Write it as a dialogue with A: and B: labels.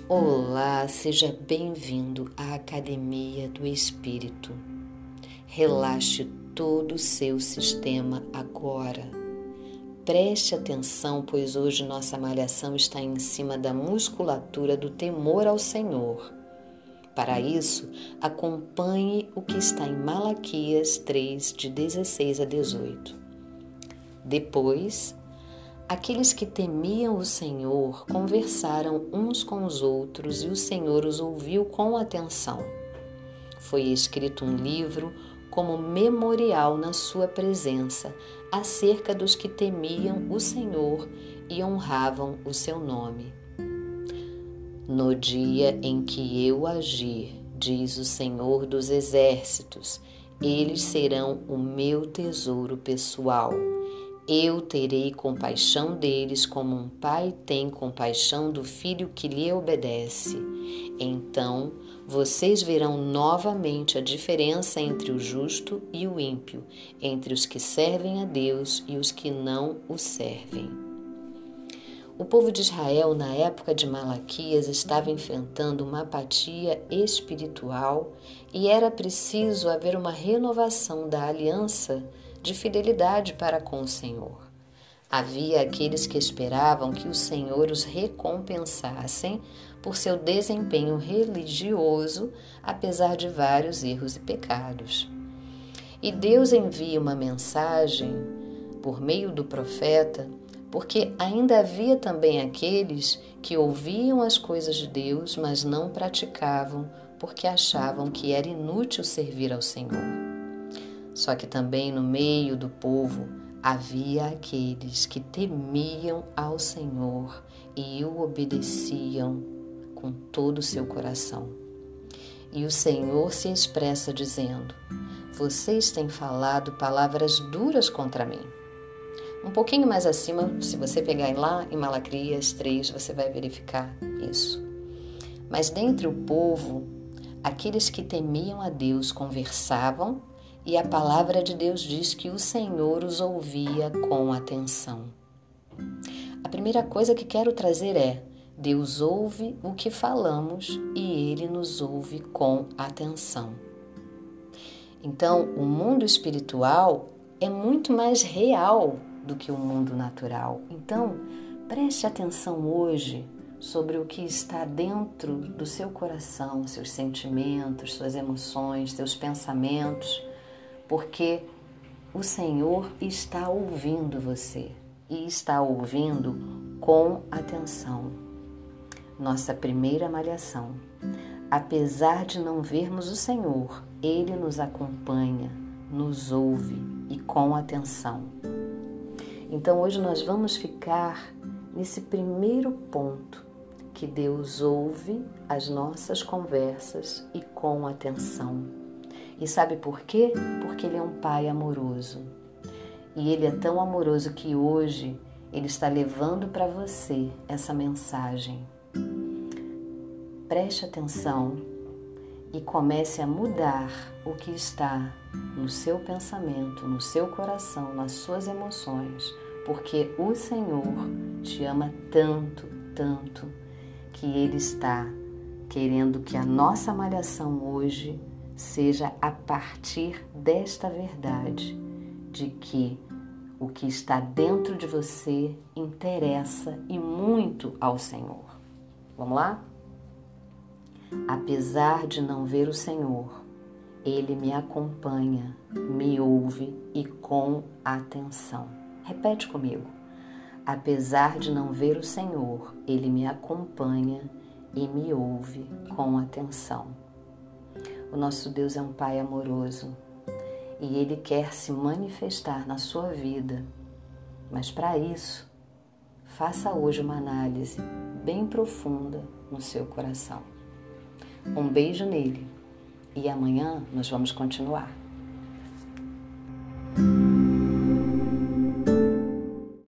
A: Olá, seja bem-vindo à Academia do Espírito. Relaxe todo o seu sistema agora. Preste atenção, pois hoje nossa malhação está em cima da musculatura do temor ao Senhor. Para isso, acompanhe o que está em Malaquias 3, de 16 a 18. Depois, aqueles que temiam o Senhor conversaram uns com os outros e o Senhor os ouviu com atenção. Foi escrito um livro como memorial na sua presença acerca dos que temiam o Senhor e honravam o seu nome. No dia em que eu agir, diz o Senhor dos Exércitos, eles serão o meu tesouro pessoal. Eu terei compaixão deles como um pai tem compaixão do filho que lhe obedece. Então, vocês verão novamente a diferença entre o justo e o ímpio, entre os que servem a Deus e os que não o servem. O povo de Israel, na época de Malaquias, estava enfrentando uma apatia espiritual e era preciso haver uma renovação da aliança de fidelidade para com o Senhor. Havia aqueles que esperavam que o Senhor os recompensassem por seu desempenho religioso, apesar de vários erros e pecados. E Deus envia uma mensagem por meio do profeta, porque ainda havia também aqueles que ouviam as coisas de Deus, mas não praticavam, porque achavam que era inútil servir ao Senhor. Só que também no meio do povo havia aqueles que temiam ao Senhor e o obedeciam com todo o seu coração. E o Senhor se expressa dizendo: vocês têm falado palavras duras contra mim. Um pouquinho mais acima, se você pegar lá em Malaquias 3, você vai verificar isso. Mas dentre o povo, aqueles que temiam a Deus conversavam, e a palavra de Deus diz que o Senhor os ouvia com atenção. A primeira coisa que quero trazer é: Deus ouve o que falamos e Ele nos ouve com atenção. Então, o mundo espiritual é muito mais real do que o mundo natural. Então, preste atenção hoje sobre o que está dentro do seu coração, seus sentimentos, suas emoções, seus pensamentos, porque o Senhor está ouvindo você e está ouvindo com atenção. Nossa primeira malhação. Apesar de não vermos o Senhor, Ele nos acompanha, nos ouve e com atenção. Então hoje nós vamos ficar nesse primeiro ponto, que Deus ouve as nossas conversas e com atenção. E sabe por quê? Porque Ele é um Pai amoroso. E Ele é tão amoroso que hoje Ele está levando para você essa mensagem. Preste atenção e comece a mudar o que está no seu pensamento, no seu coração, nas suas emoções, porque o Senhor te ama tanto, tanto, que Ele está querendo que a nossa malhação hoje seja a partir desta verdade, de que o que está dentro de você interessa e muito ao Senhor. Vamos lá? Apesar de não ver o Senhor, Ele me acompanha, me ouve e com atenção. Repete comigo. Apesar de não ver o Senhor, Ele me acompanha e me ouve com atenção. O nosso Deus é um Pai amoroso e Ele quer se manifestar na sua vida. Mas para isso, faça hoje uma análise bem profunda no seu coração. Um beijo nele e amanhã nós vamos continuar.